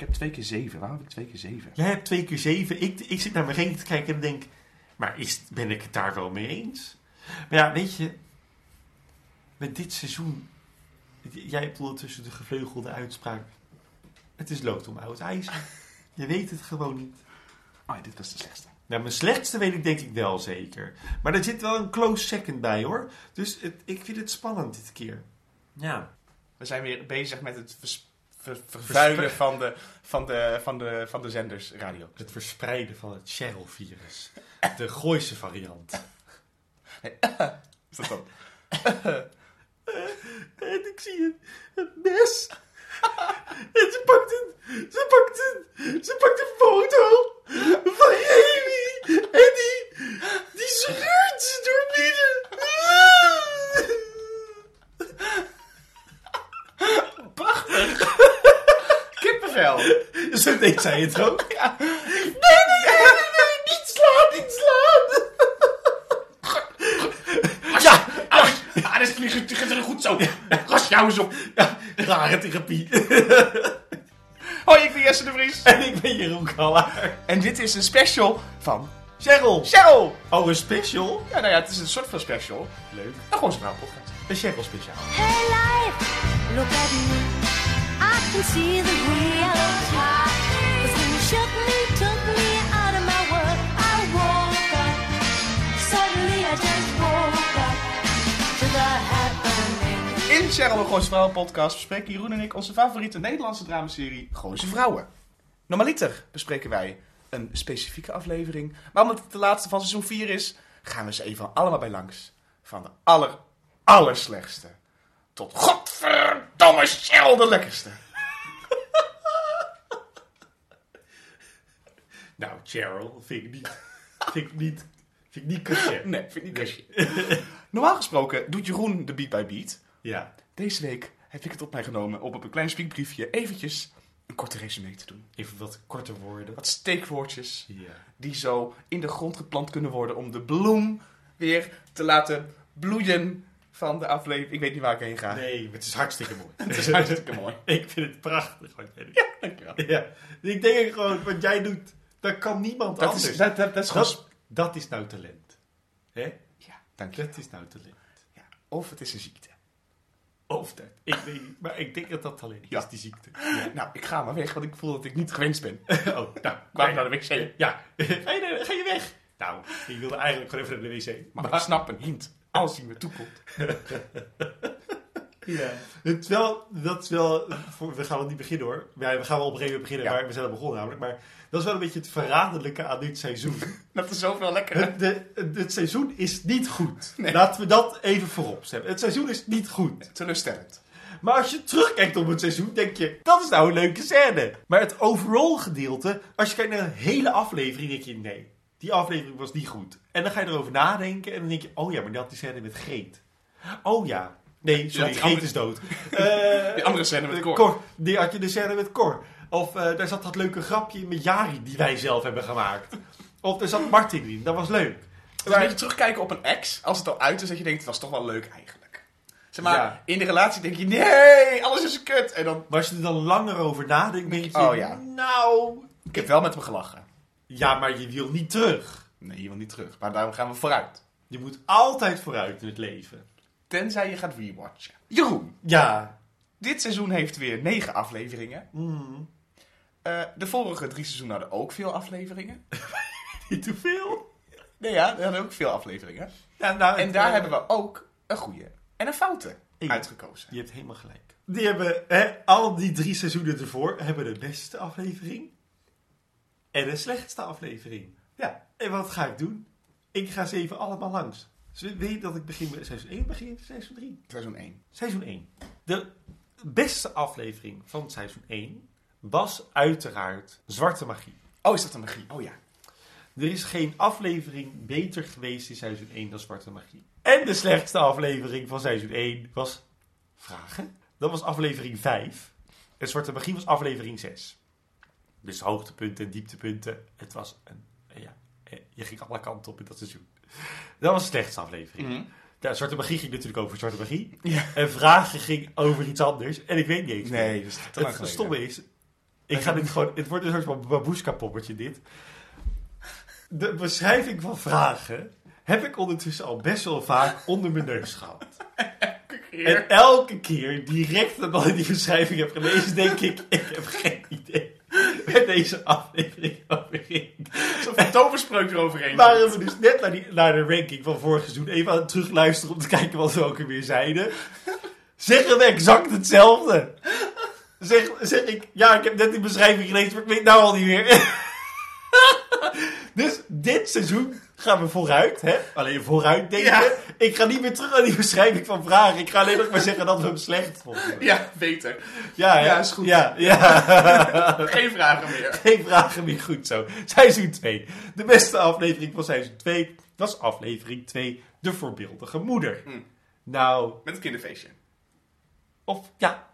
heb 2 keer 7. Waarom heb ik 2 keer 7? Jij hebt 2 keer 7. Ik zit naar mijn ranking te kijken en denk... Maar ben ik het daar wel mee eens? Maar ja, weet je... Met dit seizoen... Jij hebt ondertussen de gevleugelde uitspraak... Het is lood om oud ijzer. Je weet het gewoon niet. Oh ja, dit was de slechtste. Nou, mijn slechtste weet ik denk ik wel zeker. Maar er zit wel een close second bij hoor. Dus ik vind het spannend dit keer. Ja. We zijn weer bezig met het vervuilen van de zenders radio. Het verspreiden van het Cheryl-virus. De Gooise variant. Is dat dan? En ik zie een mes. En ze pakt een foto van Jamie. En die scheurt ze door midden. Prachtig. Kippenvel. Zo deed zij het ook. Ja. Nee, niet slaan. Ja, dat vliegt er goed zo. Ras jou eens op. Ja, rare therapie. Hoi, ik ben Jesse de Vries. En ik ben Jeroen Kallaar. En dit is een special van Cheryl. Cheryl. Oh, een special? Ja, nou ja, het is een soort van special. Leuk. Een gewoon zo'n podcast. Een Cheryl speciaal. Hey life, look at me. I can see the reality. 'Cause when you shook me, took me out of my world, I woke up. Suddenly I just woke up to the happening. In Cheryl, een Gooise Vrouwen podcast bespreken Jeroen en ik onze favoriete Nederlandse dramaserie Gooise Vrouwen. Normaliter bespreken wij een specifieke aflevering. Maar omdat het de laatste van seizoen 4 is, gaan we ze even allemaal bij langs. Van de allerslechtste tot godverdomme Cheryl de lekkerste. Nou, Cheryl vind ik niet kusje. Nee, vind ik niet kusje. Normaal gesproken doet Jeroen de beat by beat. Ja. Deze week heb ik het op mij genomen om op een klein speakbriefje eventjes een korte resume te doen. Even wat korter woorden. Wat steekwoordjes Ja. die zo in de grond geplant kunnen worden om de bloem weer te laten bloeien van de aflevering. Ik weet niet waar ik heen ga. Nee, het is hartstikke mooi. Het is hartstikke mooi. Ik vind het prachtig wat jij doet. Ja, dankjewel. Ja. Ik denk gewoon, wat jij doet, dat kan niemand Dat anders. is, dat is gewoon... Dat is nou talent. Hè? Ja, dank je. Dat is nou talent. Ja. Of het is een ziekte. Of dat. Ik weet niet, maar ik denk dat dat talent Ja. is, die ziekte. Ja. Nou, ik ga maar weg, want ik voel dat ik niet gewenst ben. Oh, nou. Ga naar de wc. Ja. Ga je weg? Nou, ik wilde eigenlijk gewoon even naar de wc. Maar ik snap een hint als hij me toekomt. Ja. Dat is wel, we gaan nog niet beginnen hoor. Ja, we gaan wel op een gegeven moment beginnen, Ja. maar we zijn al begonnen namelijk. Maar dat is wel een beetje het verraderlijke aan dit seizoen. Dat is zoveel lekker. Het seizoen is niet goed. Nee. Laten we dat even voorop zetten. Het seizoen is niet goed. Teleurstellend. Maar als je terugkijkt op het seizoen, denk je, dat is nou een leuke scène. Maar het overall gedeelte, als je kijkt naar een hele aflevering, denk je, nee, die aflevering was niet goed. En dan ga je erover nadenken en dan denk je, oh ja, maar die had die scène met Greet. Oh ja. Nee, sorry, die Greet andere- is dood. Die andere scène met Cor. Die had je de scène met Cor. Of daar zat dat leuke grapje in met Jari, die wij zelf hebben gemaakt. Of er zat Martin in, dat was leuk. Het is een beetje terugkijken op een ex, als het al uit is, dat je denkt, het was toch wel leuk eigenlijk. Zeg maar, Ja. in de relatie denk je, nee, alles is kut. En dan, Maar als je er dan langer over nadenkt, denk je, Oh ja. nou... ik heb wel met hem gelachen. Ja, maar je wil niet terug. Nee, je wil niet terug. Maar daarom gaan we vooruit. Je moet altijd vooruit in het leven. Tenzij je gaat rewatchen. Jeroen, Ja. dit seizoen heeft weer 9 afleveringen. Mm. De vorige 3 seizoenen hadden ook veel afleveringen. Niet te veel. Nee ja, we hadden ook veel afleveringen. Ja, nou, En daar hebben we ook een goede en een foute Ja. uitgekozen. Je hebt helemaal gelijk. Die hebben, al die 3 seizoenen ervoor, hebben de beste aflevering. En de slechtste aflevering. Ja, en wat ga ik doen? Ik ga ze even allemaal langs. Dus weet je dat ik begin met seizoen 1, begin met seizoen 3? Seizoen 1. Seizoen 1. De beste aflevering van seizoen 1 was uiteraard Zwarte Magie. Oh, is dat een magie? Oh ja. Er is geen aflevering beter geweest in seizoen 1 dan Zwarte Magie. En de slechtste aflevering van seizoen 1 was Vragen. Dat was aflevering 5. En Zwarte Magie was aflevering 6. Dus hoogtepunten en dieptepunten. Het was je ging alle kanten op in dat seizoen. Dat was de slechtste aflevering. Mhm. Ja, Zwarte Magie ging natuurlijk over Zwarte Magie. Ja. En Vragen ging over iets anders. En ik weet niet eens. Nee, dat is te lang Het geleden. stomme is, Ik ga dit gewoon... Het wordt een soort van babushka-poppetje, dit. De beschrijving van vragen heb ik ondertussen al best wel vaak onder mijn neus gehad. En elke keer, direct nadat ik die beschrijving heb gelezen, denk ik heb geen idee met deze aflevering overheen. Zo'n toverspreuk eroverheen. Waren we dus net naar de ranking van vorig seizoen even aan het terugluisteren om te kijken wat we ook weer zeiden. Zeggen we exact hetzelfde. Zeg ik, ja, ik heb net die beschrijving gelezen, maar ik weet nou al niet meer. Dus dit seizoen gaan we vooruit, hè? Alleen vooruit denken. Ja. Ik ga niet meer terug naar die beschrijving van vragen. Ik ga alleen nog maar zeggen dat we hem slecht vonden. Ja, beter. Ja, hè? Ja, is goed. Ja. Geen vragen meer. Geen vragen meer, goed zo. Seizoen 2. De beste aflevering van seizoen 2 was aflevering 2, De Voorbeeldige Moeder. Nou, Met het kinderfeestje. of ja.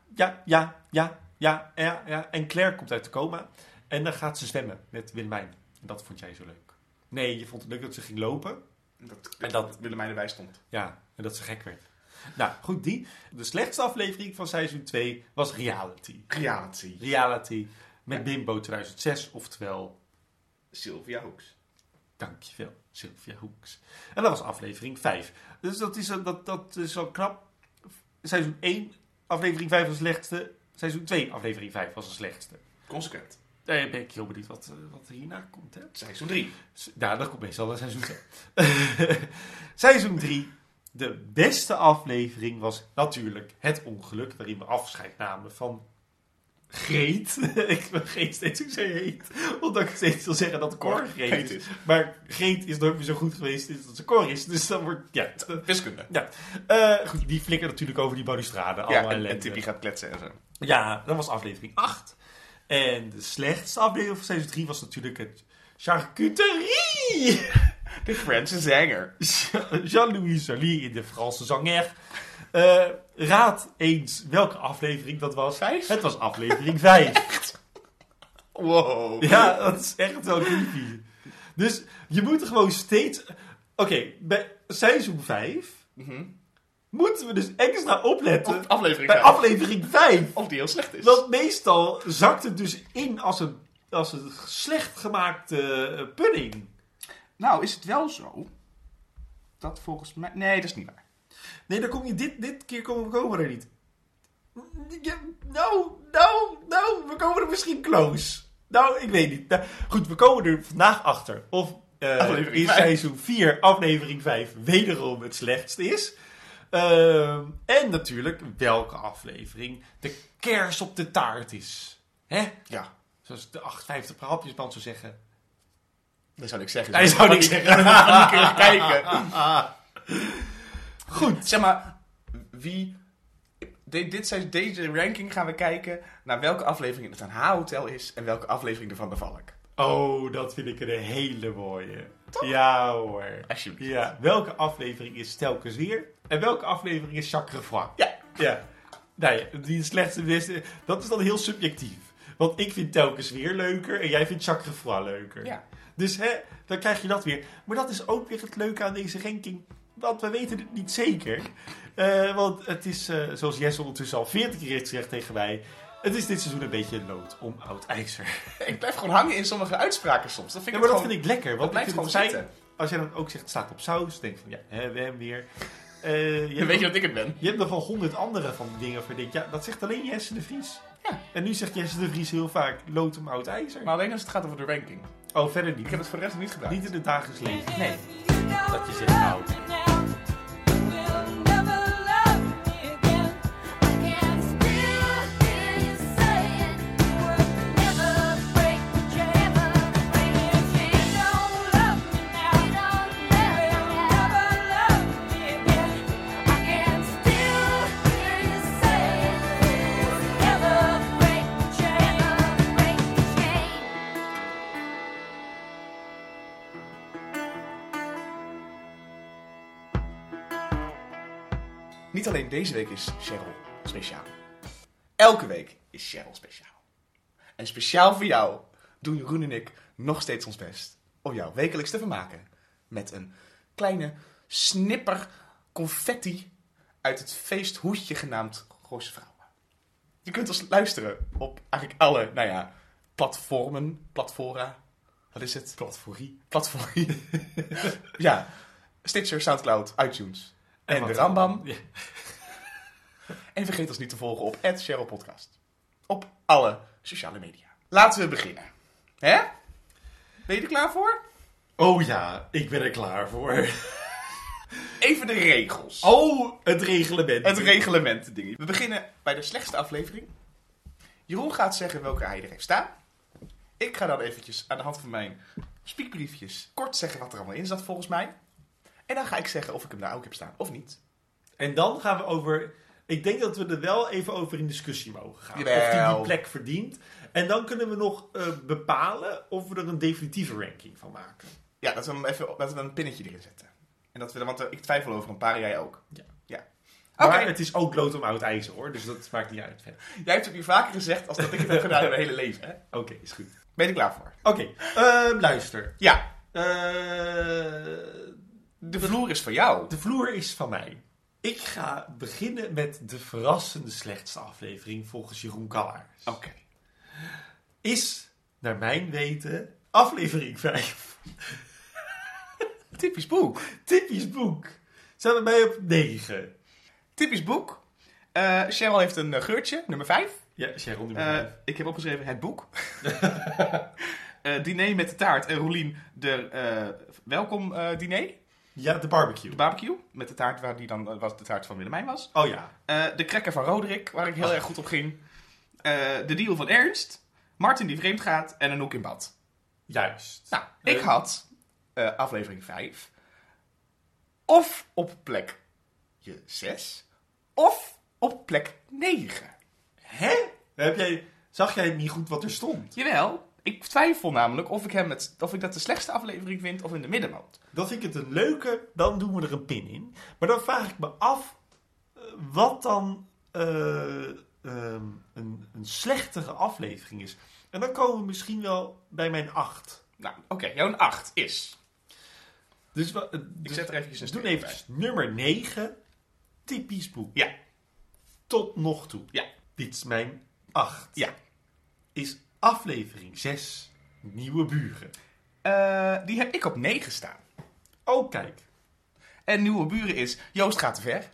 En Claire komt uit de coma. En dan gaat ze zwemmen met Willemijn. En dat vond jij zo leuk. Nee, je vond het leuk dat ze ging lopen. Dat Willemijn erbij stond. Ja, en dat ze gek werd. Nou, goed, die. De slechtste aflevering van seizoen 2 was Reality. Reality met Bimbo 2006, oftewel... Sylvia Hoeks. Dankjewel, Sylvia Hoeks. En dat was aflevering 5. Dus dat is al knap. Seizoen 1, aflevering 5 was de slechtste. Seizoen 2, aflevering 5 was de slechtste. Consequent. Daar ben ik heel benieuwd wat er hierna komt, hè? Seizoen 3. Ja, dat komt meestal naar seizoen 2. Seizoen 3. De beste aflevering was natuurlijk Het Ongeluk, waarin we afscheid namen van Greet. Ik vergeet steeds hoe zij heet. Omdat ik steeds wil zeggen dat Cor Greet is. Maar Greet is nooit meer zo goed geweest dat ze Cor is. Dus dan wordt... Ja, Wiskunde. ja. Goed, die flikkert natuurlijk over die balustrade. Ja, en Tippy gaat kletsen en zo. Ja, dat was aflevering 8. En de slechtste aflevering van seizoen 3 was natuurlijk het Charcuterie. De Franse zanger. Jean-Louis Joly in de Franse zanger. Raad eens welke aflevering dat was. 5? Het was aflevering 5. Wow. Ja, dat is echt wel creepy. Dus je moet er gewoon steeds... Oké, bij seizoen 5 moeten we dus extra opletten Op aflevering bij 5. aflevering 5. Of die heel slecht is. Want meestal zakt het dus in als een slecht gemaakte pudding. Nou, is het wel zo dat volgens mij... Nee, dat is niet waar. Nee, dan kom je dit keer komen we er niet. Ja, we komen er misschien close. Nou, ik weet niet. Nou, goed, we komen er vandaag achter. Of in 5. seizoen 4, aflevering 5, wederom het slechtst is. En natuurlijk welke aflevering de kers op de taart is. Hè? Ja. Zoals de 58 per hapjesband zou zeggen. Dat zou ik zeggen. Hij zou niks zeggen. Dan moet je een keer kijken. Goed. Zeg maar, deze ranking gaan we kijken naar welke aflevering het een H-hotel is en welke aflevering ervan de Valk. Oh, dat vind ik een hele mooie. Ja hoor. Alsjeblieft. Ja, welke aflevering is telkens weer? En welke aflevering is Jacques Refroy? Ja. Nou ja, die slechtste beste. Dat is dan heel subjectief. Want ik vind telkens weer leuker en jij vindt Jacques Refroy leuker. Ja. Dus dan krijg je dat weer. Maar dat is ook weer het leuke aan deze ranking. Want we weten het niet zeker. Want het is, zoals Jesse ondertussen al 40 keer heeft gezegd tegen mij... Het is dit seizoen een beetje lood om oud ijzer. Ik blijf gewoon hangen in sommige uitspraken soms. Dat vind ik Ja, maar gewoon... dat vind ik lekker. Want blijft ik vind gewoon het fijn, zitten. als jij dan ook zegt, het staat op saus. Denk van, ja, we hebben hem weer. Dan weet je dat ik het ben. Je hebt nog wel 100 andere van die dingen waarvan je denkt, ja, dat zegt alleen Jesse de Vries. Ja. En nu zegt Jesse de Vries heel vaak, lood om oud ijzer. Maar alleen als het gaat over de ranking. Oh, verder niet. Ik heb het voor de rest niet gedaan. Niet in het dagelijks leven. Nee. Dat je zegt, nou... Niet alleen deze week is Cheryl speciaal. Elke week is Cheryl speciaal. En speciaal voor jou doen Jeroen en ik nog steeds ons best om jou wekelijks te vermaken met een kleine snipper confetti uit het feesthoedje genaamd Gooise Vrouwen. Je kunt ons luisteren op eigenlijk alle, Platfora. Wat is het? Platforrie. Platforrie. Ja. Stitcher, Soundcloud, iTunes. En de Rambam. Ja. En vergeet ons niet te volgen op @CherylPodcast. Op alle sociale media. Laten we beginnen. Hè? Ben je er klaar voor? Oh ja, ik ben er klaar voor. Even de regels. Oh, het reglement. Het reglement ding. We beginnen bij de slechtste aflevering. Jeroen gaat zeggen welke hij er heeft staan. Ik ga dan eventjes aan de hand van mijn spiekbriefjes kort zeggen wat er allemaal in zat volgens mij. En dan ga ik zeggen of ik hem daar ook heb staan of niet. En dan gaan we over... Ik denk dat we er wel even over in discussie mogen gaan. Jawel. Of die plek verdient. En dan kunnen we nog bepalen of we er een definitieve ranking van maken. Ja, dat we een pinnetje erin zetten. En dat we, want ik twijfel over een paar, jij ook. Ja. Oké. Maar het is ook lood om oud ijzer hoor, dus dat maakt niet uit. Jij hebt het nu vaker gezegd als dat ik het heb gedaan in mijn hele leven. Hè? Oké, is goed. Ben je er klaar voor? Oké, luister. Ja. Eh, De vloer is voor jou. De vloer is van mij. Ik ga beginnen met de verrassende slechtste aflevering volgens Jeroen Kallaars. Oké. Is, naar mijn weten, aflevering 5. Typisch boek. Typisch boek. Zijn we bij op 9. Typisch boek. Cheryl heeft een geurtje, nummer 5. Ja, Cheryl nummer 5. Ik heb opgeschreven het boek. Diner met de taart en Roelien de welkom diner. Ja, de barbecue. De barbecue. Met de taart waar die dan was de taart van Willemijn was. Oh ja. De cracker van Roderick, waar ik heel erg goed op ging. De deal van Ernst. Martin die vreemd gaat en Anouk in bad. Juist. Nou, ik had aflevering 5. Of op plek 6. Of op plek 9. Hè? Zag jij niet goed wat er stond? Jawel, ik twijfel namelijk of ik dat de slechtste aflevering vind of in de middenmoot. Dan vind ik het een leuke, dan doen we er een pin in. Maar dan vraag ik me af wat dan een slechtere aflevering is. En dan komen we misschien wel bij mijn 8. Nou, oké, jouw 8 is... Dus Ik zet er eventjes een doen streep even nummer 9. Typisch boek. Ja. Tot nog toe. Ja. Dit is mijn 8. Ja. Is aflevering 6. Nieuwe buren. Die heb ik op 9 staan. Oh, kijk. En nieuwe buren is Joost gaat te ver.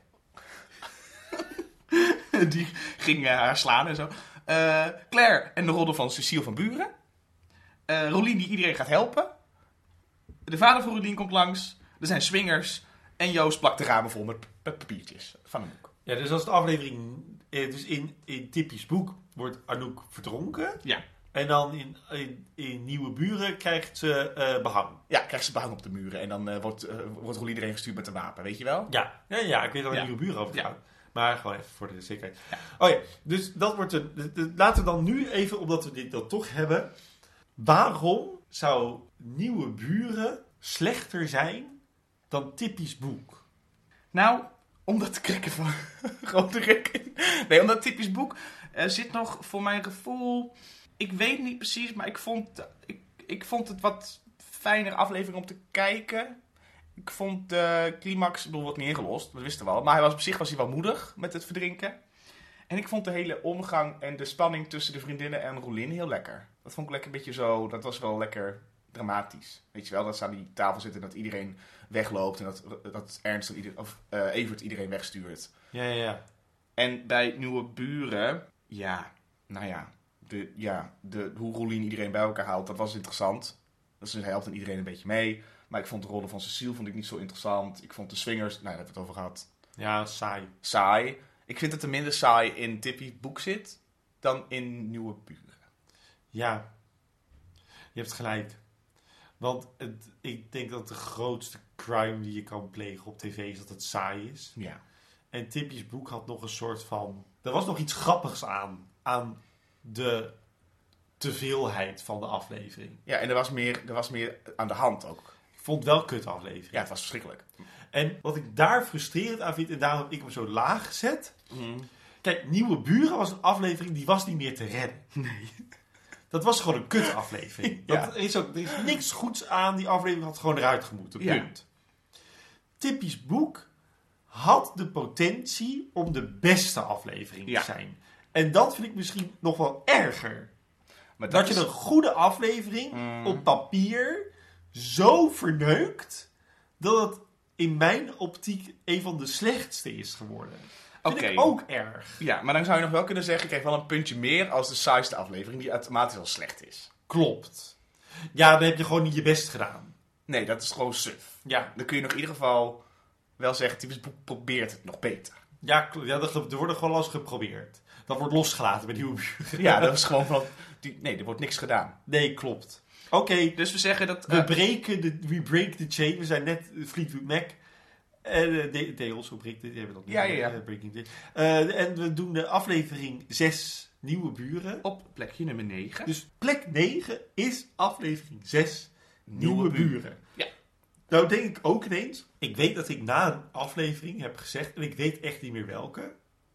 Die ging haar slaan en zo. Claire en de rodden van Cecile van Buren. Rolien die iedereen gaat helpen. De vader van Rolien komt langs. Er zijn swingers. En Joost plakt de ramen vol met papiertjes van een boek. Ja, dus als de aflevering... Dus in typisch boek wordt Anouk verdronken. Ja. En dan in Nieuwe Buren krijgt ze behang. Ja, krijgt ze behang op de muren. En dan wordt Rolien erin gestuurd met een wapen, weet je wel? Ja, ik weet al Ja. Nieuwe Buren over Ja. gaat. Maar gewoon even voor de zekerheid. Ja. Oh ja, dus dat wordt laten we dan nu even, omdat we dit dan toch hebben. Waarom zou Nieuwe Buren slechter zijn dan typisch boek? Nou, omdat de krikken van Roderick... Nee, omdat typisch boek zit nog voor mijn gevoel... Ik weet niet precies, maar ik vond het wat fijner aflevering om te kijken. Ik vond de climax, ik bedoel, wordt niet ingelost, dat wisten we al. Maar op zich was hij wel moedig met het verdrinken. En ik vond de hele omgang en de spanning tussen de vriendinnen en Roelien heel lekker. Dat vond ik lekker een beetje zo, dat was wel lekker dramatisch. Weet je wel, dat ze aan die tafel zitten en dat iedereen wegloopt. En dat Ernst Evert iedereen wegstuurt. Ja. En bij Nieuwe Buren, hoe Roelien iedereen bij elkaar haalt, dat was interessant. Dus hij helpt dan iedereen een beetje mee. Maar ik vond de rollen van Cecile niet zo interessant. Ik vond de swingers, daar hebben we het over gehad, Ja, saai. saai. Ik vind dat er minder saai in Tippy's boek zit dan in Nieuwe Buren. Ja, je hebt gelijk. Want ik denk dat de grootste crime die je kan plegen op tv is dat het saai is. Ja. En Tippy's boek had nog een soort van... Er was nog iets grappigs aan de teveelheid van de aflevering. Ja, en er was meer aan de hand ook. Ik vond het wel kut aflevering. Ja, het was verschrikkelijk. En wat ik daar frustrerend aan vind, en daarom heb ik hem zo laag gezet. Kijk, Nieuwe Buren was een aflevering die was niet meer te redden. Nee. Dat was gewoon een kut aflevering. Ja. Er is niks goeds aan. Die aflevering had gewoon eruit gemoeten. Ja. Punt. Tippy's boek had de potentie om de beste aflevering Ja. te zijn. En dat vind ik misschien nog wel erger. Maar Dat je een goede aflevering op papier zo verneukt dat het in mijn optiek een van de slechtste is geworden. Vind ik ook erg. Ja, maar dan zou je nog wel kunnen zeggen, je krijgt wel een puntje meer als de saaiste aflevering die automatisch al slecht is. Klopt. Ja, dan heb je gewoon niet je best gedaan. Nee, dat is gewoon suf. Ja. Dan kun je nog in ieder geval wel zeggen, typisch boek probeert het nog beter. Ja, er wordt gewoon alles geprobeerd. Dat wordt losgelaten bij nieuwe buren. Ja, dat is gewoon van, nee, er wordt niks gedaan. Nee, klopt. Oké, Dus we zeggen dat... we break the chain. We zijn net Fleetwood Mac. Deels, hoe breekt dit? Die hebben we nog niet. Ja. Breaking the en we doen de aflevering 6 nieuwe buren. Op plekje nummer 9. Dus plek 9 is aflevering 6 nieuwe buren. Ja. Nou denk ik ook ineens. Ik weet dat ik na een aflevering heb gezegd. En ik weet echt niet meer welke.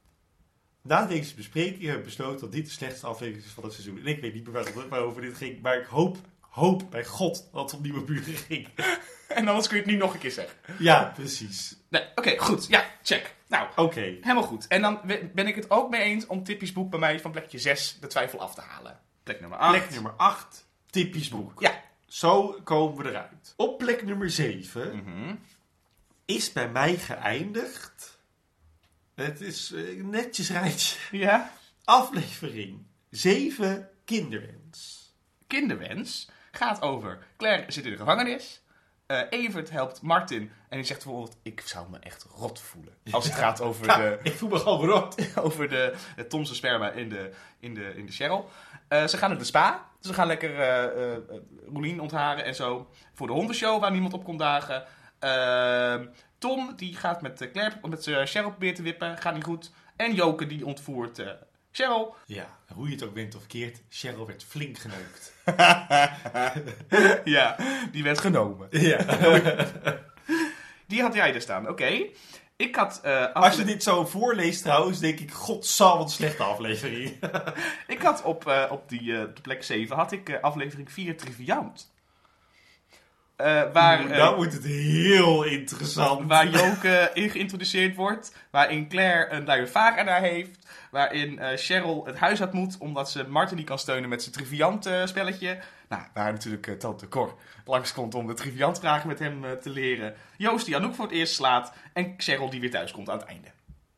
Na deze bespreking heb ik besloten dat dit de slechtste aflevering is van het seizoen. En ik weet niet meer waarover dit ging. Maar ik hoop bij God dat het om nieuwe buren ging. En anders kun je het nu nog een keer zeggen. Ja, precies. Nee, oké, goed. Ja, check. Nou, Oké. helemaal goed. En dan ben ik het ook mee eens om typisch boek bij mij van plekje 6 de twijfel af te halen. Plek nummer 8. Plek nummer 8, typisch boek. Ja. Zo komen we eruit. Op plek nummer 7 Mhm. is bij mij geëindigd. Het is netjes rijtje. Ja. Aflevering 7, kinderwens. Kinderwens gaat over Claire zit in de gevangenis. Evert helpt Martin en die zegt bijvoorbeeld, ik zou me echt rot voelen. Als het gaat over Ik voel me gewoon rot. over de Tomse sperma in de Cheryl. Ze gaan naar de spa. Ze gaan lekker Roelien ontharen en zo. Voor de hondenshow waar niemand op komt dagen. Tom die gaat met Cheryl proberen te wippen. Gaat niet goed. En Joke die ontvoert Cheryl. Ja, hoe je het ook bent of keert, Cheryl werd flink geneukt. Ja, die werd genomen. Ja. Die had jij er staan. Oké. Ik had... Als je dit zo voorleest trouwens, denk ik, godzal, wat een slechte aflevering. Ik had op de plek 7 had ik aflevering 4 Triviant. Nou wordt het heel interessant. Waar Joke in geïntroduceerd wordt. Waarin Claire een luie vagina heeft. Waarin Cheryl het huis uit moet. Omdat ze Martin niet kan steunen met zijn Triviant spelletje. Nou, waar natuurlijk Tante Cor langskomt om de Triviant vragen met hem te leren. Joost die Anouk voor het eerst slaat. En Cheryl die weer thuis komt aan het einde.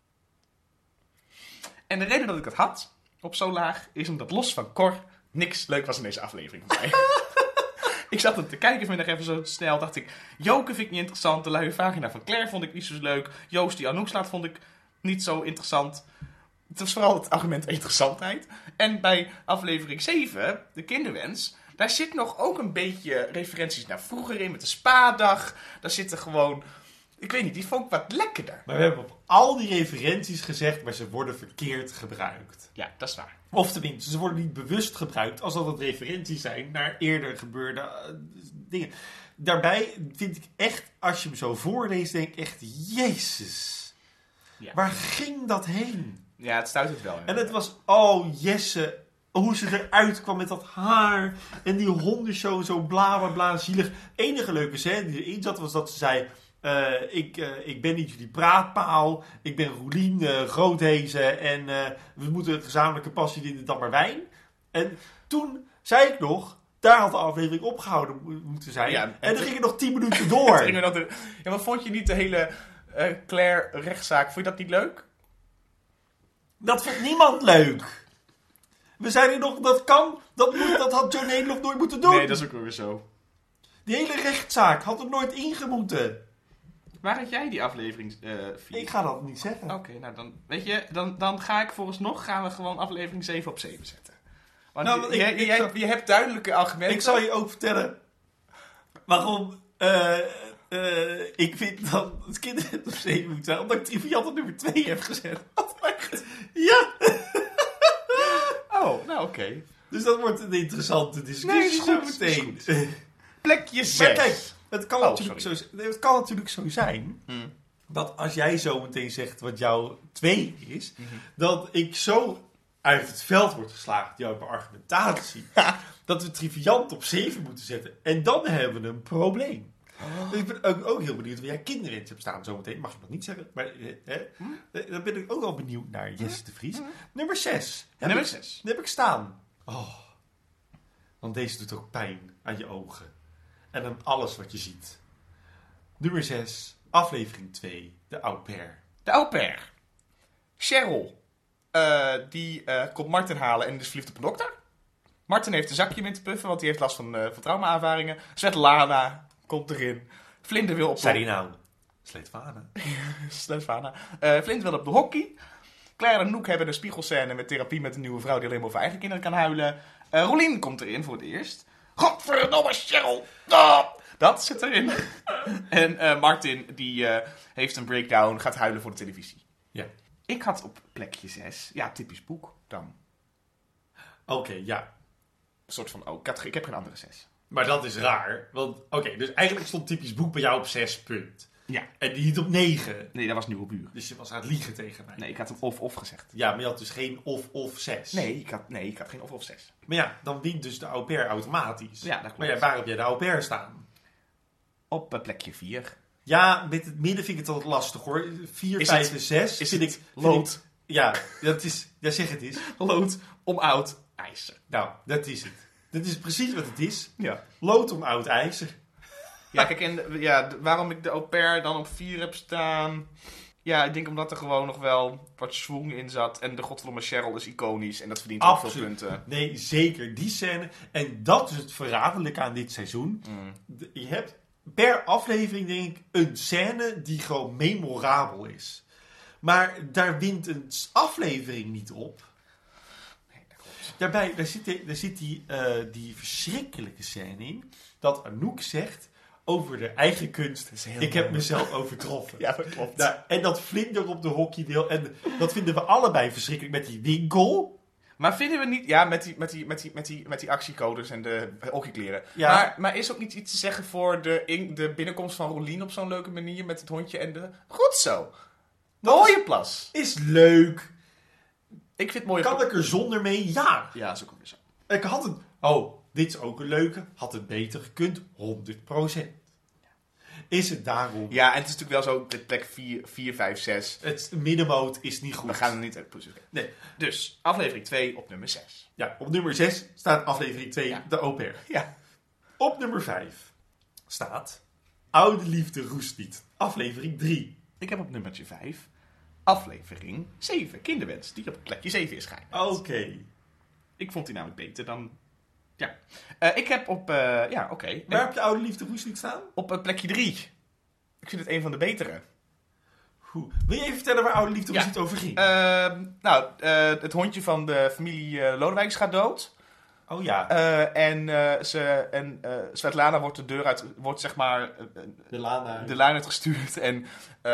En de reden dat ik het had op zo laag is omdat los van Cor niks leuk was in deze aflevering voor mij. Ik zat er te kijken vanmiddag even zo snel. Dacht ik, Joke vind ik niet interessant. De luie vagina van Claire vond ik niet zo leuk. Joost die Anouk slaat vond ik niet zo interessant. Het was vooral het argument interessantheid. En bij aflevering 7, de kinderwens, daar zit nog ook een beetje referenties naar vroeger in. Met de spadag. Daar zitten gewoon... Ik weet niet, die vond ik wat lekkerder. Maar we hebben op al die referenties gezegd, maar ze worden verkeerd gebruikt. Ja, dat is waar. Of tenminste, ze worden niet bewust gebruikt, als dat het referenties zijn naar eerder gebeurde dingen. Daarbij vind ik echt, als je hem zo voorleest, denk ik echt, Jezus. Ja. Waar ging dat heen? Ja, het stuit het wel. En het was, oh Jesse, hoe ze eruit kwam met dat haar. En die hondenshow, zo bla bla bla, zielig. Enige leuke scène die erin zat, was dat ze zei... ik ben niet jullie praatpaal. Ik ben Roelien Groothezen. En we moeten een gezamenlijke passie in de Dammerwijn. En toen zei ik nog... Daar had de aflevering opgehouden moeten zijn. Ja, en dan ging het nog 10 minuten door. Ja, maar vond je niet de hele Claire-rechtszaak? Vond je dat niet leuk? Dat vond niemand leuk. We zeiden nog, dat kan. Dat had John Nederlof nooit moeten doen. Nee, dat is ook weer zo. Die hele rechtszaak had er nooit ingemoeten. Waar had jij die aflevering 4? Ik ga dat niet zeggen. Oké, nou dan, weet je, dan ga ik vooralsnog gaan we gewoon aflevering 7 op 7 zetten. Want Nou, je hebt duidelijke argumenten. Ik zal je ook vertellen waarom ik vind dat het kinderwens op 7 moet zijn. Omdat ik Triviant op nummer 2 heb gezet. Oh, echt? Ja! Oh, nou oké. Dus dat wordt een interessante discussie Nee, is zo goed, meteen. is goed. Plekje 6. Maar kijk, het kan, sorry. het kan natuurlijk zo zijn dat als jij zo meteen zegt wat jouw 2 is, dat ik zo uit het veld word geslagen, jouw argumentatie, dat we Triviant op 7 moeten zetten. En dan hebben we een probleem. Dus ik ben ook heel benieuwd waar jij kinderwens hebt staan zometeen. Mag je nog niet zeggen, maar daar ben ik ook wel benieuwd naar, Jesse de Vries. Nummer 6. Nummer 6. Daar heb ik staan. Oh, Want deze doet ook pijn aan je ogen. En aan alles wat je ziet. Nummer 6, aflevering 2, de au pair. De au pair. Cheryl. Die komt Martin halen en is verliefd op een dokter. Martin heeft een zakje in te puffen, want die heeft last van trauma-aanvaringen. Svetlana komt erin. Vlinder wil op Zei die nou? Sleetvana. Sletvana. Vlinder wil op de hockey. Claire en Noek hebben een spiegelscène met therapie met een nieuwe vrouw die alleen maar over eigen kinderen kan huilen. Rolien komt erin voor het eerst. Godverdomme, Cheryl! Ah! Dat zit erin. En Martin, die heeft een breakdown, gaat huilen voor de televisie. Ja. Ik had op plekje 6, ja, typisch boek dan. Oké, ja. Een soort van, ik heb geen andere 6. Maar dat is raar. Want, dus eigenlijk stond typisch boek bij jou op 6 punt. Ja. En die niet op 9. Nee, dat was Nieuwe Buur. Dus je was aan het liegen tegen mij. Nee, ik had een of gezegd. Ja, maar je had dus geen of 6. Nee, ik had geen of 6. Maar ja, dan wint dus de au pair automatisch. Ja, dat klopt. Maar ja, waar heb jij de au pair staan? Op plekje 4. Ja, met het midden vind ik het altijd lastig hoor. 4, 5 en 6 vind ik... Lood? Ja, dat is... Ja, zeg het eens. Lood om oud ijzer. Nou, dat is het. Dat is precies wat het is. Ja. Lood om oud ijzer. Ja, kijk, en waarom ik de au pair dan op 4 heb staan... Ja, ik denk omdat er gewoon nog wel wat schwung in zat. En de godverdomme Cheryl is iconisch. En dat verdient ook veel punten. Nee, zeker. Die scène. En dat is het verraderlijke aan dit seizoen. Je hebt per aflevering, denk ik, een scène die gewoon memorabel is. Maar daar wint een aflevering niet op. Nee, dat klopt. Daarbij, daar zit die verschrikkelijke scène in. Dat Anouk zegt over de eigen kunst. Ik heb mezelf overtroffen. Ja, dat klopt. Nou, en dat Vlinder op de hockeydeel. En dat vinden we allebei verschrikkelijk met die winkel. Maar vinden we niet... Ja, met die actiecodes en de hockeykleren. Ja. Maar is ook niet iets te zeggen voor de binnenkomst van Rolien op zo'n leuke manier met het hondje en de... Goed zo. Mooie plas. Is leuk. Ik vind het mooi. Kan ik er zonder mee? Ja. Ja, dat is ook weer zo. Ik had het... Oh, dit is ook een leuke. Had het beter gekund? 100%. Is het daarom? Ja, en het is natuurlijk wel zo, de plek 4, 5, 6. Het middenmoot is niet goed. We gaan er niet uit pushen. Nee. Dus, aflevering 2 op nummer 6. Ja, op nummer 6 staat aflevering 2, Ja. de au pair. Ja. Op nummer 5 staat Oude Liefde Roest Niet, aflevering 3. Ik heb op nummertje 5 aflevering 7, Kinderwens, die op plekje 7 is geëindigd. Oké. Ik vond die namelijk beter dan... Ja. Ik heb op... Ja, oké. Waar heb je Oude Liefde Roest Niet staan? Op plekje 3. Ik vind het een van de betere. Wil je even vertellen waar Oude Liefde Roest Niet over ging? Het hondje van de familie Lodewijks gaat dood. Oh ja. Svetlana wordt de deur uit... Wordt zeg maar... de laan de lijn uitgestuurd. En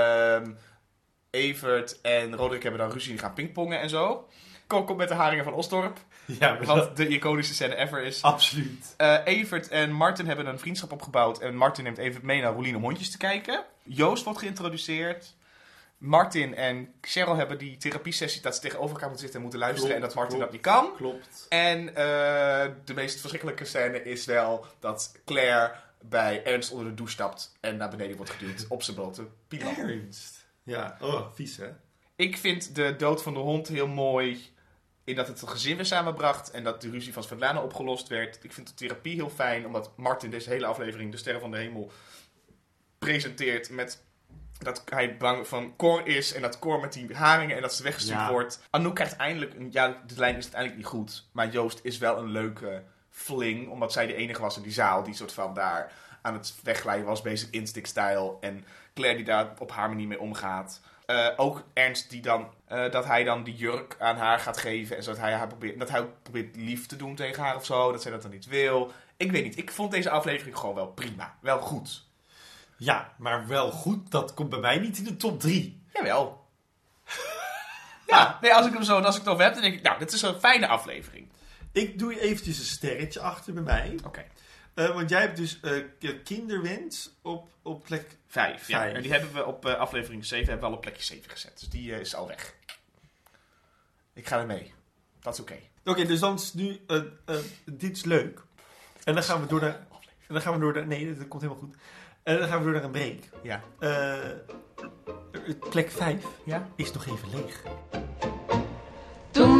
Evert en Roderick hebben dan ruzie. Die gaan pingpongen en zo. Komt met de haringen van Osdorp. Ja, Wat de iconische scène ever is. Absoluut. Evert en Martin hebben een vriendschap opgebouwd. En Martin neemt Evert mee naar Rolien om hondjes te kijken. Joost wordt geïntroduceerd. Martin en Cheryl hebben die therapiesessie dat ze tegenover elkaar moeten zitten en moeten luisteren. Klopt, en dat Martin klopt. dat niet kan. Klopt. En de meest verschrikkelijke scène is wel dat Claire bij Ernst onder de douche stapt. En naar beneden wordt geduwd op zijn blote piemel. Ernst. Ja, oh, vies hè? Ik vind de dood van de hond heel mooi. In dat het gezin weer samenbracht. En dat de ruzie van Svetlana opgelost werd. Ik vind de therapie heel fijn. Omdat Martin deze hele aflevering de Sterren van de Hemel presenteert. Met dat hij bang van Cor is. En dat Cor met die haringen en dat ze weggestuurd wordt. Anouk krijgt eindelijk... Ja, de lijn is uiteindelijk niet goed. Maar Joost is wel een leuke fling. Omdat zij de enige was in die zaal die soort van daar aan het wegglijden was. Basic Instinct-style. En Claire die daar op haar manier mee omgaat. Ook Ernst die dan, dat hij dan die jurk aan haar gaat geven. En zodat hij haar probeert lief te doen tegen haar of zo. Dat zij dat dan niet wil. Ik weet niet. Ik vond deze aflevering gewoon wel prima. Wel goed. Ja, maar wel goed. Dat komt bij mij niet in de top 3. Jawel. Ja, nee, als ik het over heb, dan denk ik, nou, dit is een fijne aflevering. Ik doe eventjes een sterretje achter bij mij. Oké. Want jij hebt dus Kinderwens op plek 5. Ja. 5. En die hebben we op aflevering 7 hebben we al op plekje 7 gezet. Dus die is al weg. Ik ga er mee. Dat is oké. Oké, dus dan is nu... dit is leuk. En dan gaan we door naar... Nee, dat komt helemaal goed. En dan gaan we door naar een break. Ja. Plek 5 Ja? is nog even leeg. Toen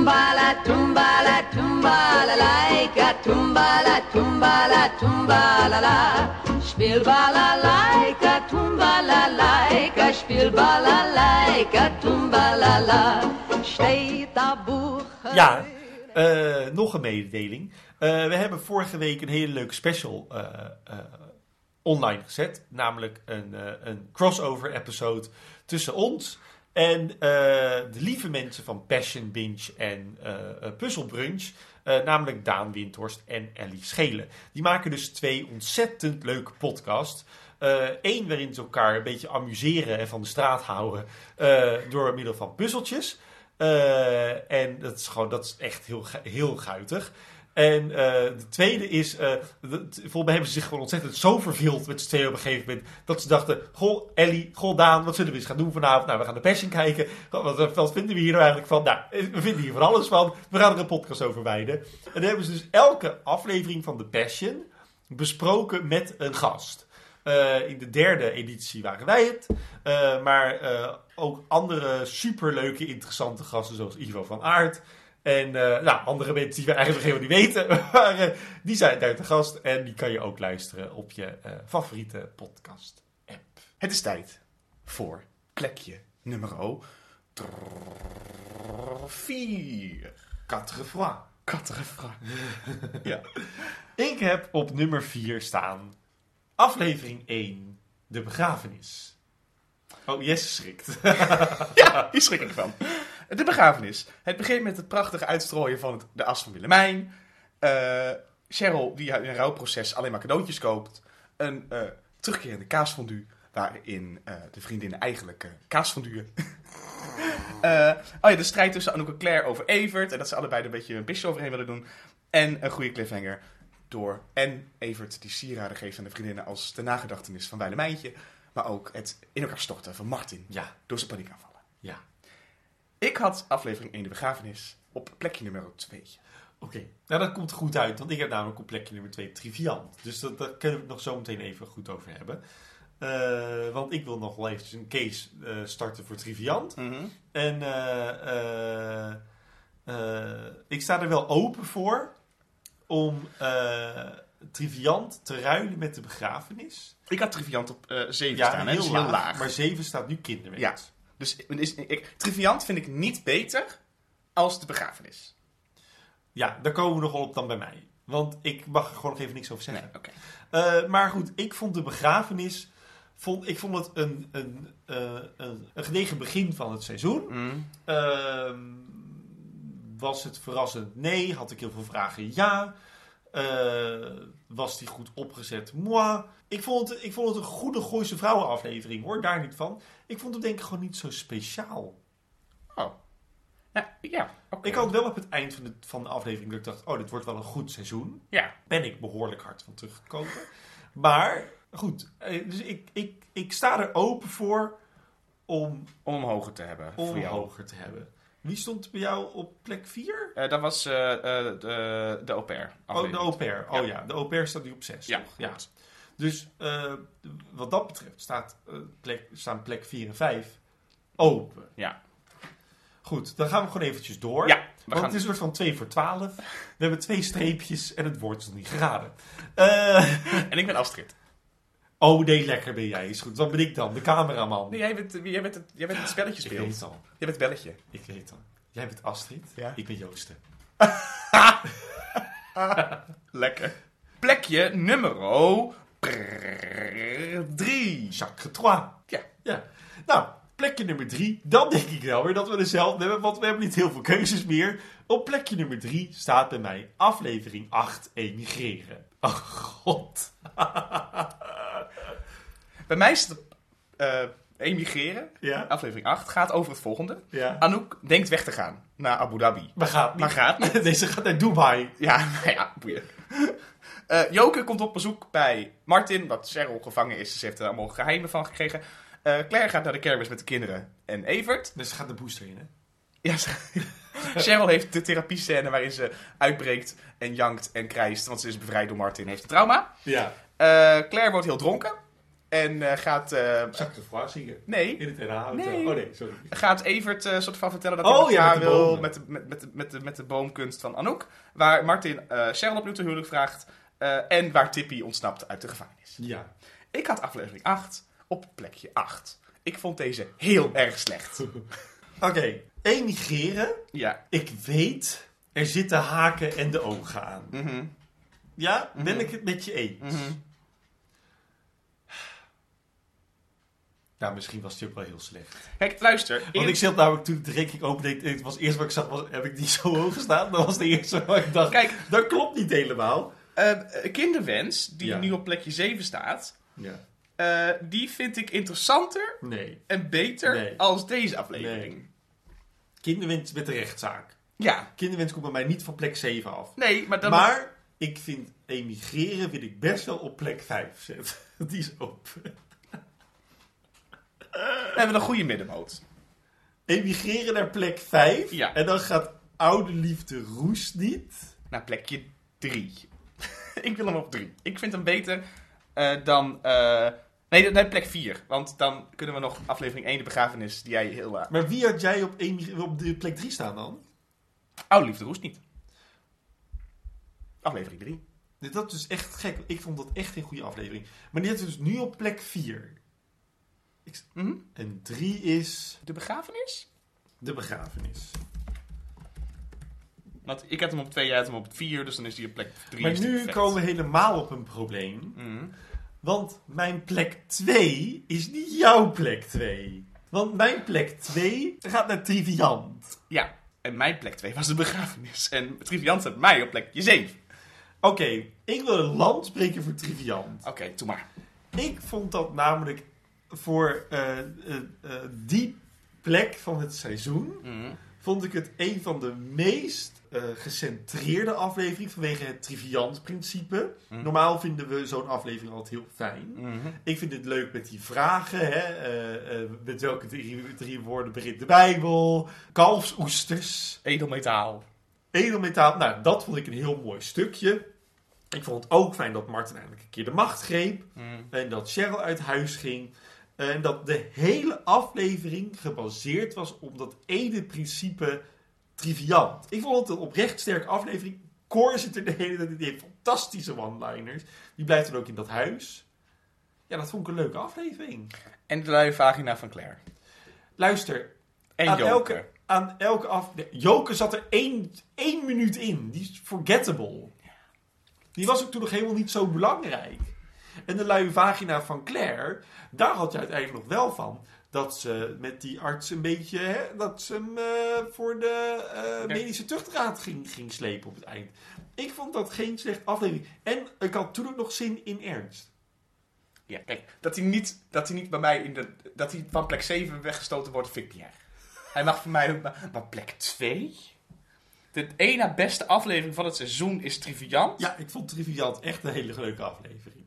tumbala, tumbala, tumbala, laika, tumbala, tumbala, tumbala, la. Speel balalaika, tumbala, spiel balalaika, tumbala, boeg. Ja, nog een mededeling. We hebben vorige week een hele leuke special online gezet. Namelijk een crossover episode tussen ons en de lieve mensen van Passion Binge en Puzzle Brunch. Namelijk Daan Windhorst en Ellie Schelen. Die maken dus 2 ontzettend leuke podcasts. Eén waarin ze elkaar een beetje amuseren en van de straat houden door middel van puzzeltjes. En dat is echt heel guitig. En de tweede is, volgens mij hebben ze zich gewoon ontzettend zo verveeld met z'n tweeën op een gegeven moment, dat ze dachten, goh Ellie, goh Daan, wat zullen we eens gaan doen vanavond? Nou, we gaan de Passion kijken. Wat vinden we hier nou eigenlijk van? Nou, we vinden hier van alles van. We gaan er een podcast over wijden. En dan hebben ze dus elke aflevering van de Passion besproken met een gast. In de 3e editie waren wij het. Maar ook andere superleuke, interessante gasten, zoals Ivo van Aert. En andere mensen die we eigenlijk helemaal niet weten. Maar die zijn daar te gast. En die kan je ook luisteren op je favoriete podcast app. Het is tijd voor plekje nummer 4. Quatre-fois. Ja. Ik heb op nummer 4 staan aflevering 1, de begrafenis. Oh, Jesse schrikt. Ja, hier schrik ik van. De begrafenis. Het begint met het prachtige uitstrooien van de as van Willemijn. Cheryl, die in een rouwproces alleen maar cadeautjes koopt. Een terugkerende kaasfondue, waarin de vriendinnen eigenlijk kaasfondueën. De strijd tussen Anouk en Claire over Evert. En dat ze allebei er een beetje een pisje overheen willen doen. En een goede cliffhanger door Evert die sieraden geeft aan de vriendinnen als de nagedachtenis van Willemijntje. Maar ook het in elkaar storten van Martin. Ja. Door zijn paniekaanvallen. Ja. Ik had aflevering 1 de begrafenis op plekje nummer 2. Oké. Nou, dat komt goed uit, want ik heb namelijk op plekje nummer 2 Triviant. Dus daar kunnen we het nog zo meteen even goed over hebben. Want ik wil nog wel eventjes een case starten voor Triviant. Mm-hmm. En ik sta er wel open voor om Triviant te ruilen met de begrafenis. Ik had Triviant op 7 staan. Heel heel laag. Maar 7 staat nu kinderwens. Ja. Dus Triviant vind ik niet beter als de begrafenis. Ja, daar komen we nog wel op dan bij mij. Want ik mag er gewoon nog even niks over zeggen. Nee, okay. Maar goed, ik vond de begrafenis... Ik vond het een gedegen begin van het seizoen. Mm. Was het verrassend? Nee. Had ik heel veel vragen? Ja. Was die goed opgezet? Moi. Ik vond het een goede Gooise Vrouwen aflevering, hoor. Daar niet van. Ik vond het denk ik gewoon niet zo speciaal. Oh. Ja, okay. Ik had wel op het eind van de aflevering dat ik dacht, dit wordt wel een goed seizoen. Ja. Ben ik behoorlijk hard van teruggekomen. Maar, goed. Dus ik sta er open voor om hem hoger te hebben. Hoger te hebben. Wie stond bij jou op plek 4? Dat was de au pair. Oh, de au pair. Oh ja, de au pair staat nu op 6. Ja. Toch? Ja. Dus wat dat betreft staan plek 4 en 5 open. Ja. Goed, dan gaan we gewoon eventjes door. Ja, want het is een soort van 2 voor 12. We hebben 2 streepjes en het woord is nog niet geraden. En ik ben Astrid. Oh nee, lekker ben jij. Is goed. Wat ben ik dan? De cameraman. Nee, jij bent het spelletje speelt. Ik weet het al. Jij bent het belletje. Ik weet het al. Jij bent Astrid. Ja. Ik ben Joosten. Lekker. Plekje nummer 3. Jacques Trois. Ja. Nou, plekje nummer 3. Dan denk ik wel weer dat we dezelfde hebben, want we hebben niet heel veel keuzes meer. Op plekje nummer 3 staat bij mij aflevering 8, emigreren. Oh god. Bij mij is het emigreren. Ja. Aflevering 8 gaat over het volgende. Ja. Anouk denkt weg te gaan naar Abu Dhabi. Maar gaat niet. Deze gaat naar Dubai. Ja, boeien. Joke komt op bezoek bij Martin, wat Cheryl gevangen is. Ze heeft er allemaal geheimen van gekregen. Claire gaat naar de kermis met de kinderen en Evert. Dus ze gaat de booster in, hè? Ja, Cheryl heeft de therapiescène waarin ze uitbreekt en jankt en krijst. Want ze is bevrijd door Martin en heeft een trauma. Ja. Claire wordt heel dronken. En gaat... Jacques de Foix zingen. nee. In het NH. Nee. Oh nee, sorry. Gaat Evert soort van vertellen dat Oh, hij met ja, elkaar met de wil bomen. met de boomkunst van Anouk. Waar Martin Cheryl opnieuw te huwelijk vraagt. En waar Tippy ontsnapt uit de gevangenis. Ja. Ik had aflevering 8 op plekje 8. Ik vond deze heel erg slecht. Oké, emigreren. Ja. Ik weet, er zitten haken en de ogen aan. Mhm. Ja, ben ik het met je eens? Mhm. Nou, misschien was het ook wel heel slecht. Kijk, luister. Want ik zat namelijk toen de rekening opende, het was het eerste wat ik zag, heb ik die zo hoog gestaan? Dat was de eerste wat ik dacht, Kijk, dat klopt niet helemaal. Kinderwens, die Ja. nu op plekje 7 staat, Ja. die vind ik interessanter Nee. en beter Nee. als deze aflevering. Nee. Kinderwens met de rechtszaak. Ja, Kinderwens komt bij mij niet van plek 7 af. nee, maar dan... Maar ik vind emigreren wil ik best wel op plek 5 zetten. Die is open. We hebben een goede middenmoot. Emigreren naar plek 5. Ja. En dan gaat oude liefde roest niet. Naar plekje 3. Ik wil hem op 3. Ik vind hem beter dan... Nee, plek 4. Want dan kunnen we nog aflevering 1, de begrafenis, die jij heel... Maar wie had jij op de plek 3 staan dan? Oude liefde roest niet. Aflevering 3. Dat is echt gek. Ik vond dat echt een goede aflevering. Maar die hebben we dus nu op plek 4. En 3 is De begrafenis? de begrafenis. Want ik had hem op 2, jij had hem op 4, dus dan is die op plek 3. Maar nu komen we helemaal op een probleem. Want mijn plek 2 is niet jouw plek 2. Want mijn plek 2 gaat naar Triviant. Ja, en mijn plek 2 was de begrafenis. En Triviant zet mij op plekje 7. Oké, ik wil een land spreken voor Triviant. Oké, doe maar. Ik vond dat namelijk voor die plek van het seizoen... vond ik het een van de meest gecentreerde afleveringen vanwege het Triviant-principe. Normaal vinden we zo'n aflevering altijd heel fijn. Ik vind het leuk met die vragen. Hè? Met welke drie woorden begint de Bijbel? Kalfsoesters. Edelmetaal. Edelmetaal. Nou, dat vond ik een heel mooi stukje. Ik vond het ook fijn dat Martin eindelijk een keer de macht greep. En dat Cheryl uit huis ging. En dat de hele aflevering gebaseerd was op dat ene principe Triviant. Ik vond het een oprecht sterke aflevering. Cor zit er de hele tijd in. Die heeft fantastische one-liners. Die blijft dan ook in dat huis. Ja, dat vond ik een leuke aflevering. En de luie vagina van Claire. Luister. En Joke. Aan elke aflevering... Joke zat er één minuut in. Die is forgettable. Die was ook toen nog helemaal niet zo belangrijk. En de luie vagina van Claire, daar had je uiteindelijk nog wel van. Dat ze met die arts een beetje, hè, dat ze hem voor de medische tuchtraad ging slepen op het eind. Ik vond dat geen slechte aflevering. En ik had toen ook nog zin in Ernst. Ja, kijk, dat hij niet bij mij dat hij van plek 7 weggestoten wordt, vind ik niet erg. Hij mag voor mij ook maar plek 2? De één na beste aflevering van het seizoen is Triviant. Ja, ik vond Triviant echt een hele leuke aflevering.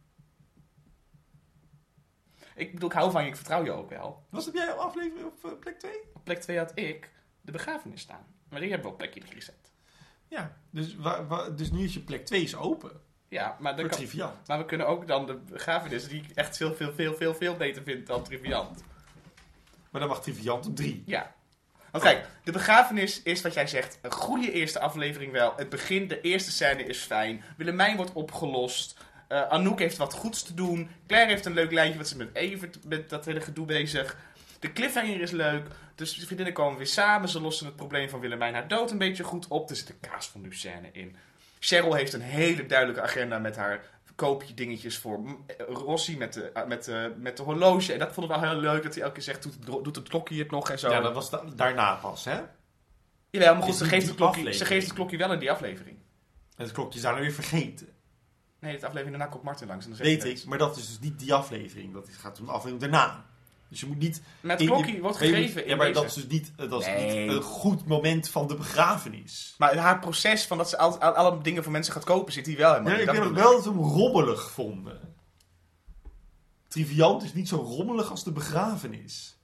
Ik bedoel, ik hou van je, ik vertrouw je ook wel. Was heb jij een aflevering op plek 2? Op plek 2 had ik de begrafenis staan. Maar die hebben we op plekje 3 gezet. Ja, dus nu is je plek 2 is open. Ja, maar, Voor Triviant. maar we kunnen ook dan de begrafenis, die ik echt veel beter vind dan Triviant. Maar dan mag Triviant op 3. Ja. Want kijk, de begrafenis is wat jij zegt, een goede eerste aflevering wel. Het begin, de eerste scène is fijn. Willemijn wordt opgelost. Anouk heeft wat goeds te doen. Claire heeft een leuk lijntje wat ze met Evert, met dat hele gedoe bezig. De cliffhanger is leuk. Dus de vriendinnen komen weer samen. Ze lossen het probleem van Willemijn haar dood een beetje goed op. Er zit een kaasfondue scène in. Cheryl heeft een hele duidelijke agenda met haar koopje dingetjes voor Rossi met de horloge. En dat vond ik wel heel leuk, dat hij elke keer zegt, doet het klokje het nog en zo. Ja, dat was daarna pas, hè? Jawel, maar goed, Is ze niet geeft, die het klokje wel in die aflevering. En het klokje is daarna weer vergeten. Nee, de aflevering daarna komt Martin langs. En dan zegt Weet hij ik, maar dat is dus niet die aflevering. Dat gaat om de aflevering daarna. Dus je moet niet... Maar het klokje wordt gegeven Ja, maar in dat deze. is dus niet, dat is Nee. niet een goed moment van de begrafenis. Maar haar proces van dat ze alle dingen voor mensen gaat kopen, zit hier wel helemaal Ja, in. ik vind ook wel dat we hem rommelig vonden. Triviant is niet zo rommelig als de begrafenis.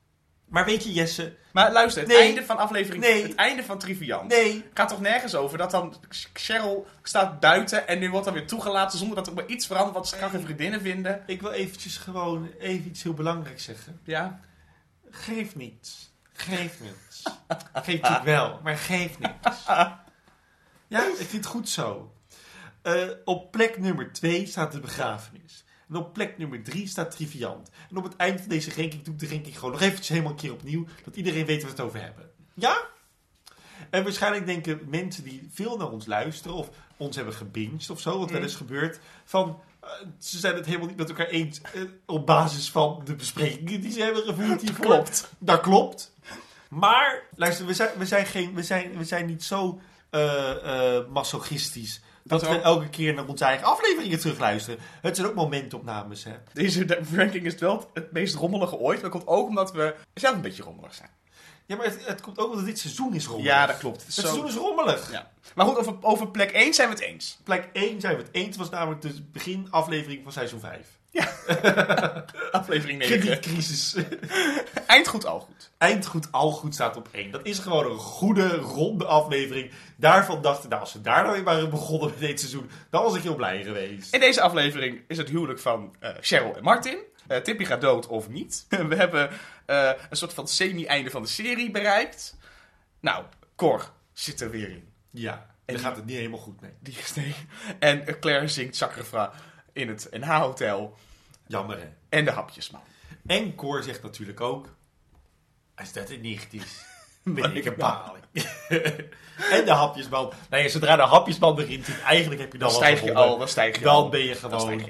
Maar weet je, Jesse... Maar luister, het einde van aflevering... Nee. Het einde van Triviant. Nee. Gaat toch nergens over dat dan Cheryl staat buiten en nu wordt dan weer toegelaten zonder dat er maar iets verandert, want ze kan geen vriendinnen vinden. Ik wil eventjes gewoon even iets heel belangrijks zeggen. Ja. Geef niets. Geef niets. Geef natuurlijk wel, maar geef niets. Ja, ik vind het goed zo. Op plek nummer 2 staat de begrafenis. En op plek nummer 3 staat Triviant. En op het eind van deze ranking doe ik de ranking gewoon nog eventjes helemaal een keer opnieuw. Dat iedereen weet waar we het over hebben. Ja? En waarschijnlijk denken mensen die veel naar ons luisteren of ons hebben gebinged of zo, wat wel eens gebeurt, van ze zijn het helemaal niet met elkaar eens op basis van de besprekingen die ze hebben gevoerd hiervoor. Klopt. Dat klopt. Maar, luister, we zijn niet zo masochistisch dat we elke keer naar onze eigen afleveringen terugluisteren. Het zijn ook momentopnames, hè. Deze ranking is wel het meest rommelige ooit. Maar dat komt ook omdat we zelf een beetje rommelig zijn. Ja, maar het komt ook omdat dit seizoen is rommelig. Ja, dat klopt. Het seizoen is rommelig. Ja. Maar goed, over plek 1 zijn we het eens. Plek 1 zijn we het eens. Was namelijk de beginaflevering van seizoen 5. Ja. Aflevering 9. Kredietcrisis. Eindgoed, al goed. Eindgoed, al goed staat op 1. Dat is gewoon een goede, ronde aflevering. Daarvan dachten, nou, als we daar nou weer waren begonnen met dit seizoen, dan was ik heel blij geweest. In deze aflevering is het huwelijk van Cheryl en Martin. Tippy gaat dood of niet. We hebben een soort van semi-einde van de serie bereikt. Nou, Cor zit er weer in. Ja, en daar gaat het niet helemaal goed mee. Die is nee. En Claire zingt Chakra in het NH-hotel. Jammer, hè. En de hapjesman. En Cor zegt natuurlijk ook, als dat het niet is, ben ik een paling. En de hapjesman. Nou ja, zodra de hapjesman erin zit, eigenlijk heb je dan stijg je al. Dan stijg je dan al. ben je gewoon.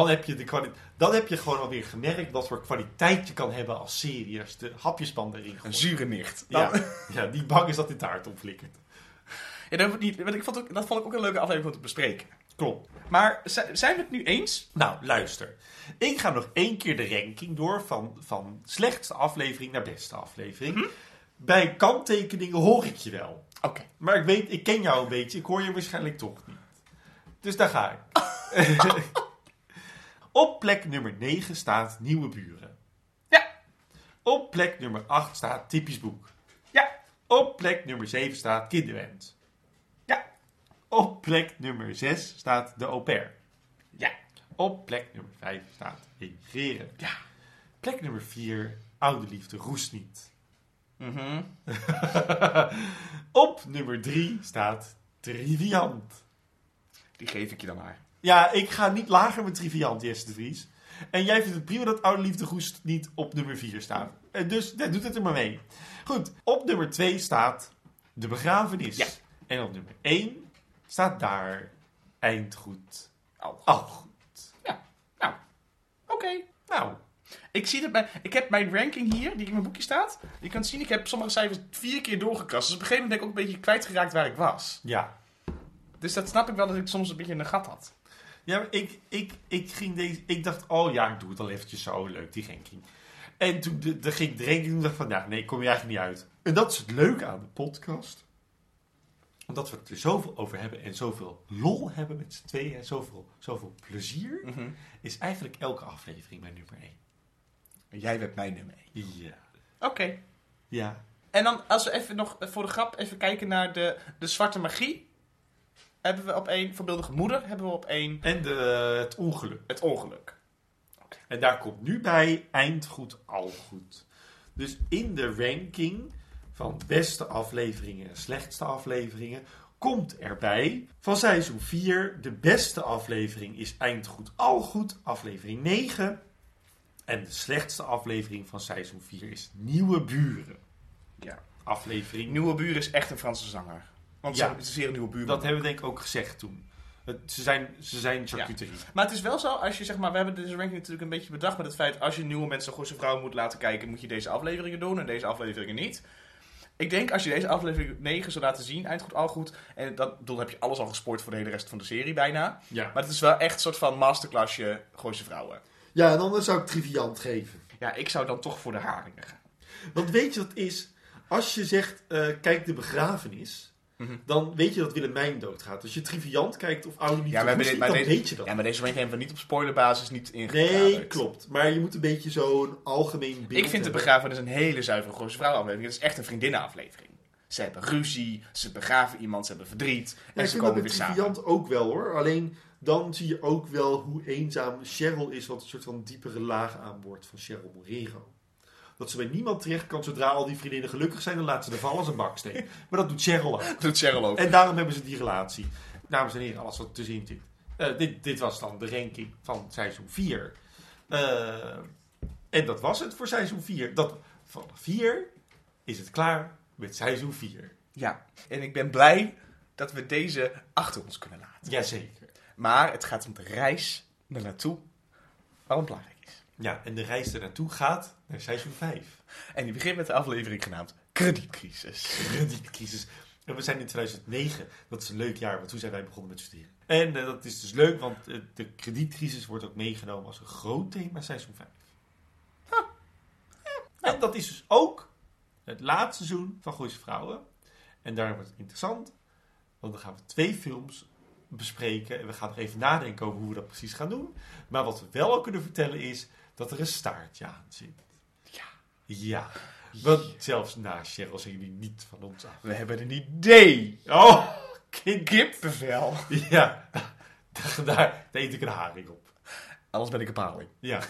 Dan heb je gewoon alweer gemerkt wat voor kwaliteit je kan hebben als serie als de hapjesman erin gooit. Een zure nicht. Ja, die bang is dat dit taart opflikkert. Ja, dat vond ik ook een leuke aflevering om te bespreken. Klopt. Maar zijn we het nu eens? Nou, luister. Ik ga nog 1 keer de ranking door van slechtste aflevering naar beste aflevering. Mm-hmm. Bij kanttekeningen hoor ik je wel. Oké. Maar ik ken jou een beetje. Ik hoor je waarschijnlijk toch niet. Dus daar ga ik. Op plek nummer 9 staat Nieuwe Buren. Ja. Op plek nummer 8 staat Typisch Boek. Ja. Op plek nummer 7 staat Kinderwens. Ja. Op plek nummer 6 staat De Au Pair. Ja. Op plek nummer 5 staat Emigreren. Ja. Plek nummer 4, Oude Liefde roest niet. Mm-hmm. Op nummer 3 staat Triviant. Die geef ik je dan maar. Ja, ik ga niet lager met Triviant, Jesse de Vries. En jij vindt het prima dat Oude Liefde roest niet op nummer 4 staat. En dus doet het er maar mee. Goed, op nummer 2 staat De Begrafenis. Ja. En op nummer 1 staat daar Eindgoed. Al goed. Ja, nou. Oké. Nou. Ik heb mijn ranking hier, die in mijn boekje staat. Je kunt zien, ik heb sommige cijfers 4 keer doorgekrast. Dus op een gegeven moment ben ik ook een beetje kwijtgeraakt waar ik was. Ja. Dus dat snap ik wel dat ik soms een beetje in een gat had. Ja, maar ik dacht, oh ja, ik doe het al eventjes zo, leuk, die ranking. En toen ging ik de ranking en dacht van, ja, nee, kom je eigenlijk niet uit. En dat is het leuke aan de podcast. Omdat we het er zoveel over hebben en zoveel lol hebben met z'n tweeën en zoveel plezier, is eigenlijk elke aflevering mijn nummer 1. En jij bent mijn nummer 1. Ja. Oké. Ja. En dan, als we even nog voor de grap even kijken naar de zwarte magie. Hebben we op 1, Voorbeeldige Moeder, hebben we op 1. En het ongeluk. Het ongeluk. Okay. En daar komt nu bij Eindgoed, al goed. Dus in de ranking van beste afleveringen en slechtste afleveringen komt erbij van seizoen 4 de beste aflevering is Eindgoed, al goed, aflevering 9. En de slechtste aflevering van seizoen 4 is Nieuwe Buren. Ja. Aflevering. Nieuwe Buren is echt een Franse zanger. Want ja, het is zeer een nieuwe buurman. Dat hebben we denk ik ook gezegd toen. Ze zijn charcuterie. Ja. Maar het is wel zo, als je zeg maar, we hebben deze ranking natuurlijk een beetje bedacht met het feit, als je nieuwe mensen, Gooise Vrouwen moet laten kijken, moet je deze afleveringen doen en deze afleveringen niet. Ik denk, als je deze aflevering 9 zou laten zien, Eindgoed, al goed, en dan heb je alles al gespoord voor de hele rest van de serie bijna. Ja. Maar het is wel echt een soort van masterclassje Gooise Vrouwen. Ja, en dan zou ik Triviant geven. Ja, ik zou dan toch voor de haringen gaan. Want weet je wat is? Als je zegt, kijk de begrafenis, dan weet je dat Willemijn doodgaat. Als je Triviant kijkt of Oude Liefde, Ja, maar dan weet je dat. Ja, maar deze ranking hebben we niet op spoilerbasis niet Nee, ingekaderd. klopt. Maar je moet een beetje zo'n algemeen beeld Ik vind de hebben. begrafenis een hele zuivere Gooise Vrouwenaflevering. Het is echt een vriendinnenaflevering. Ze hebben ruzie, ze begraven iemand, ze hebben verdriet. Ja, En ik ze vind dat komen met weer samen. Triviant ook wel hoor. Alleen dan zie je ook wel hoe eenzaam Cheryl is, wat een soort van diepere laag aanboort van Cheryl Morero. Dat ze bij niemand terecht kan, zodra al die vriendinnen gelukkig zijn, dan laat ze er vallen als een baksteen. Maar dat doet Cheryl ook. Dat doet Cheryl ook. En daarom hebben ze die relatie. Dames en heren, alles wat tussenin zit. Dit was dan de ranking van seizoen 4. En dat was het voor seizoen 4. Van 4 is het klaar met seizoen 4. Ja, en ik ben blij dat we deze achter ons kunnen laten. Jazeker. Maar het gaat om de reis naar naartoe, waarom belangrijk is. Ja, en de reis er naartoe gaat naar seizoen 5. En die begint met de aflevering genaamd Kredietcrisis. Kredietcrisis. En we zijn in 2009. Dat is een leuk jaar, want toen zijn wij begonnen met studeren. En dat is dus leuk, want de kredietcrisis wordt ook meegenomen als een groot thema seizoen 5. En dat is dus ook het laatste seizoen van Gooise Vrouwen. En daarom wordt het interessant, want dan gaan we 2 films bespreken. En we gaan nog even nadenken over hoe we dat precies gaan doen. Maar wat we wel al kunnen vertellen is dat er een staartje aan zit. Ja. Want zelfs na Cheryl zijn jullie niet van ons af. We hebben een idee. Oh, Kippenvel. ja. Daar eet ik een haring op. Anders ben ik een paling. Ja.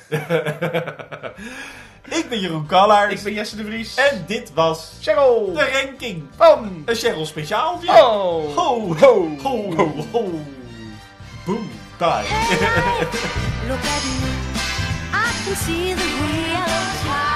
Ik ben Jeroen Kallaert. Ik ben Jesse de Vries. En dit was Cheryl. de ranking. Van. Een Cheryl speciaaltje. Ho. Ho, Ho. ho, ho, ho. Boom, time. Look at me, I can see the real time.